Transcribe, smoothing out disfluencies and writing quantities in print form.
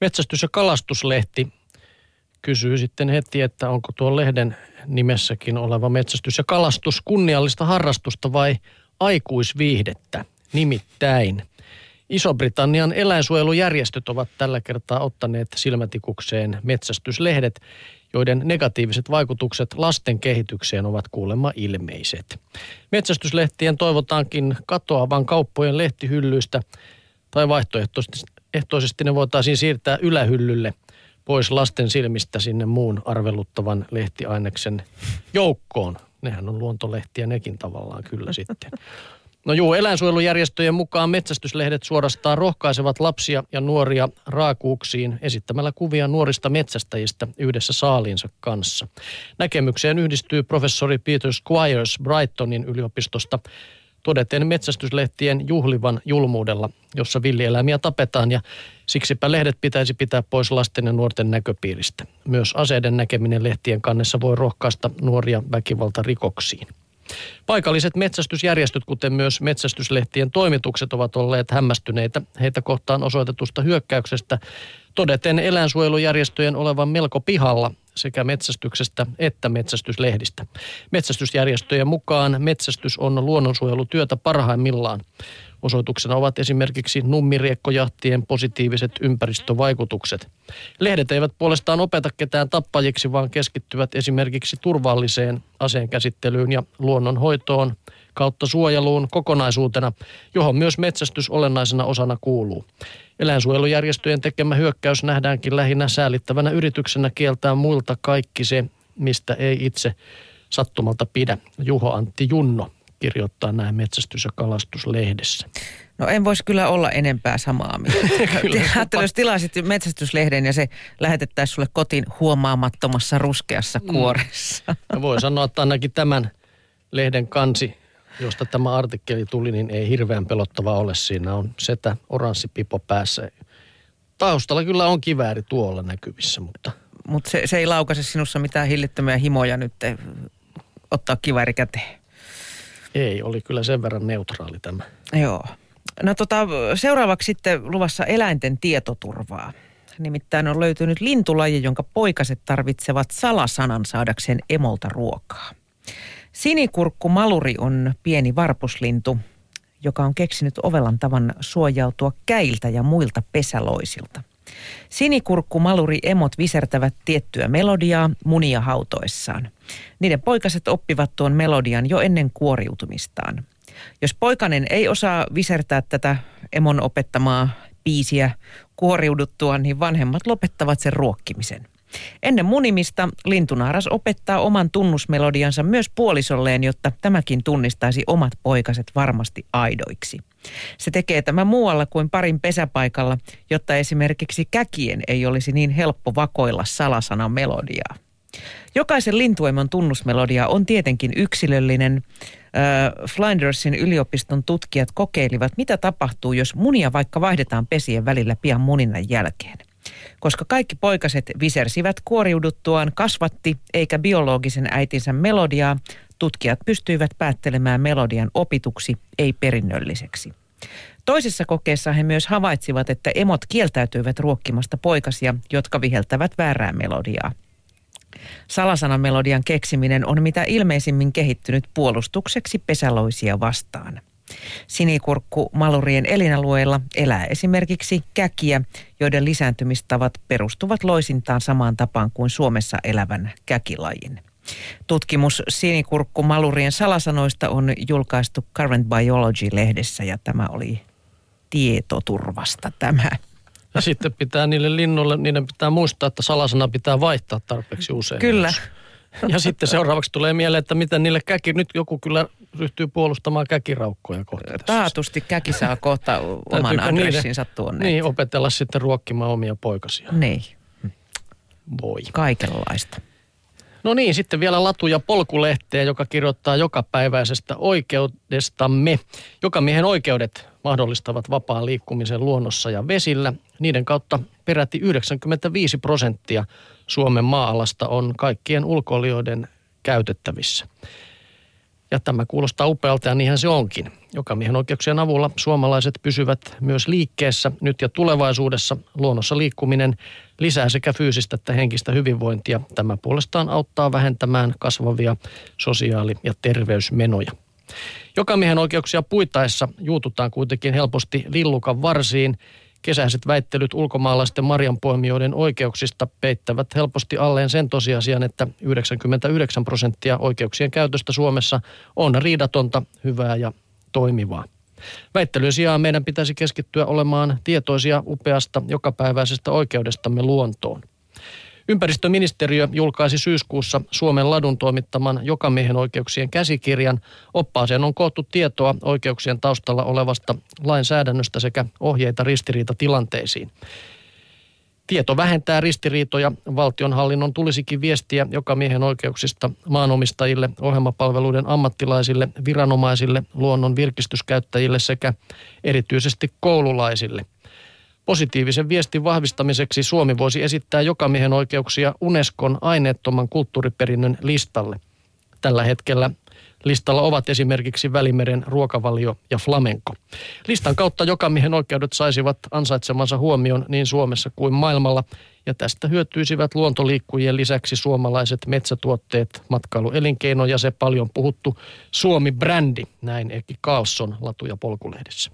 Metsästys- ja kalastuslehti kysyy sitten heti, että onko tuo lehden nimessäkin oleva metsästys ja kalastus kunniallista harrastusta vai aikuisviihdettä. Nimittäin Iso-Britannian eläinsuojelujärjestöt ovat tällä kertaa ottaneet silmätikukseen metsästyslehdet, joiden negatiiviset vaikutukset lasten kehitykseen ovat kuulemma ilmeiset. Metsästyslehtien toivotaankin katoavan kauppojen lehtihyllyistä tai vaihtoehtoisesti ne voitaisiin siirtää ylähyllylle pois lasten silmistä sinne muun arveluttavan lehtiaineksen joukkoon. Nehän on luontolehtiä nekin tavallaan kyllä sitten. No juu, eläinsuojelujärjestöjen mukaan metsästyslehdet suorastaan rohkaisevat lapsia ja nuoria raakuuksiin esittämällä kuvia nuorista metsästäjistä yhdessä saaliinsa kanssa. Näkemykseen yhdistyy professori Peter Squires Brightonin yliopistosta todeten metsästyslehtien juhlivan julmuudella, jossa villieläimiä tapetaan ja siksipä lehdet pitäisi pitää pois lasten ja nuorten näköpiiristä. Myös aseiden näkeminen lehtien kannessa voi rohkaista nuoria väkivaltarikoksiin. Paikalliset metsästysjärjestöt, kuten myös metsästyslehtien toimitukset, ovat olleet hämmästyneitä heitä kohtaan osoitetusta hyökkäyksestä, todeten eläinsuojelujärjestöjen olevan melko pihalla sekä metsästyksestä että metsästyslehdistä. Metsästysjärjestöjen mukaan metsästys on luonnonsuojelutyötä parhaimmillaan. Osoituksena ovat esimerkiksi nummiriekkojahtien positiiviset ympäristövaikutukset. Lehdet eivät puolestaan opeta ketään tappajiksi, vaan keskittyvät esimerkiksi turvalliseen aseenkäsittelyyn ja luonnonhoitoon kautta suojeluun kokonaisuutena, johon myös metsästys olennaisena osana kuuluu. Eläinsuojelujärjestöjen tekemä hyökkäys nähdäänkin lähinnä säälittävänä yrityksenä kieltää muilta kaikki se, mistä ei itse sattumalta pidä. Juho Antti Junno kirjoittaa näin Metsästys- ja kalastuslehdessä. No en voisi kyllä olla enempää samaa mieltä. Ajattelin, jos tilaisit metsästyslehden ja se lähetettäisiin sulle kotiin huomaamattomassa ruskeassa kuoressa. Ja voi sanoa, että ainakin tämän lehden kansi, josta tämä artikkeli tuli, niin ei hirveän pelottava ole. Siinä on setä oranssi pipo päässä. Taustalla kyllä on kivääri tuolla näkyvissä, mutta... Mutta se ei laukaise sinussa mitään hillittömiä himoja nyt ottaa kivääri käteen. Ei, oli kyllä sen verran neutraali tämä. Joo. No seuraavaksi sitten luvassa eläinten tietoturvaa. Nimittäin on löytynyt lintulaji, jonka poikaset tarvitsevat salasanan saadakseen emolta ruokaa. Sinikurkkumaluri on pieni varpuslintu, joka on keksinyt ovelan tavan suojautua käiltä ja muilta pesäloisilta. Sinikurkkumaluri emot visertävät tiettyä melodiaa munia hautoissaan. Niiden poikaset oppivat tuon melodian jo ennen kuoriutumistaan. Jos poikanen ei osaa visertää tätä emon opettamaa biisiä kuoriuduttuaan, niin vanhemmat lopettavat sen ruokkimisen. Ennen munimista lintunaaras opettaa oman tunnusmelodiansa myös puolisolleen, jotta tämäkin tunnistaisi omat poikaset varmasti aidoiksi. Se tekee tämän muualla kuin parin pesäpaikalla, jotta esimerkiksi käkien ei olisi niin helppo vakoilla salasanan melodiaa. Jokaisen lintuemon tunnusmelodia on tietenkin yksilöllinen. Flindersin yliopiston tutkijat kokeilivat, mitä tapahtuu, jos munia vaikka vaihdetaan pesien välillä pian muninnan jälkeen. Koska kaikki poikaset visersivät kuoriuduttuaan kasvatti eikä biologisen äitinsä melodiaa, tutkijat pystyivät päättelemään melodian opituksi, ei perinnölliseksi. Toisessa kokeessa he myös havaitsivat, että emot kieltäytyivät ruokkimasta poikasia, jotka viheltävät väärää melodiaa. Salasanamelodian keksiminen on mitä ilmeisimmin kehittynyt puolustukseksi pesäloisia vastaan. Sinikurkkumalurien elinalueilla elää esimerkiksi käkiä, joiden lisääntymistavat perustuvat loisintaan samaan tapaan kuin Suomessa elävän käkilajin. Tutkimus sinikurkkumalurien salasanoista on julkaistu Current Biology-lehdessä ja tämä oli tietoturvasta tämä. Ja sitten pitää niille linnuille, niiden pitää muistaa, että salasana pitää vaihtaa tarpeeksi usein. Kyllä. Ja sitten seuraavaksi tulee mieleen, että miten niille nyt joku kyllä ryhtyy puolustamaan käkiraukkoja kohta. Taatusti käki saa kohta oman adressinsa tuonne. Niin, opetella sitten ruokkimaan omia poikasia. Niin. Voi. Kaikenlaista. No niin, sitten vielä Latu- ja Polkulehteä, joka kirjoittaa jokapäiväisestä oikeudestamme. Jokamiehen oikeudet mahdollistavat vapaan liikkumisen luonnossa ja vesillä. Niiden kautta peräti 95% Suomen maa-alasta on kaikkien ulkoilijoiden käytettävissä. Ja tämä kuulostaa upealta ja niinhän se onkin. Jokamiehen oikeuksien avulla suomalaiset pysyvät myös liikkeessä nyt ja tulevaisuudessa. Luonnossa liikkuminen lisää sekä fyysistä että henkistä hyvinvointia. Tämä puolestaan auttaa vähentämään kasvavia sosiaali- ja terveysmenoja. Jokamiehen oikeuksia puitaessa juututaan kuitenkin helposti lillukan varsiin. Kesäiset väittelyt ulkomaalaisten marjanpoimijoiden oikeuksista peittävät helposti alleen sen tosiasian, että 99% oikeuksien käytöstä Suomessa on riidatonta, hyvää ja toimivaa. Väittelyjen sijaan meidän pitäisi keskittyä olemaan tietoisia upeasta jokapäiväisestä oikeudestamme luontoon. Ympäristöministeriö julkaisi syyskuussa Suomen Ladun toimittaman Jokamiehen oikeuksien käsikirjan. Oppaaseen on koottu tietoa oikeuksien taustalla olevasta lainsäädännöstä sekä ohjeita ristiriitatilanteisiin. Tieto vähentää ristiriitoja. Valtionhallinnon tulisikin viestiä jokamiehen oikeuksista maanomistajille, ohjelmapalveluiden ammattilaisille, viranomaisille, luonnon virkistyskäyttäjille sekä erityisesti koululaisille. Positiivisen viestin vahvistamiseksi Suomi voisi esittää jokamiehen oikeuksia Unescon aineettoman kulttuuriperinnön listalle. Tällä hetkellä listalla ovat esimerkiksi Välimeren ruokavalio ja flamenco. Listan kautta jokamiehen oikeudet saisivat ansaitsemansa huomion niin Suomessa kuin maailmalla, ja tästä hyötyisivät luontoliikkujien lisäksi suomalaiset metsätuotteet, matkailuelinkeino ja se paljon puhuttu Suomi-brändi, näin Eki Karlsson Latu- ja Polkulehdessä.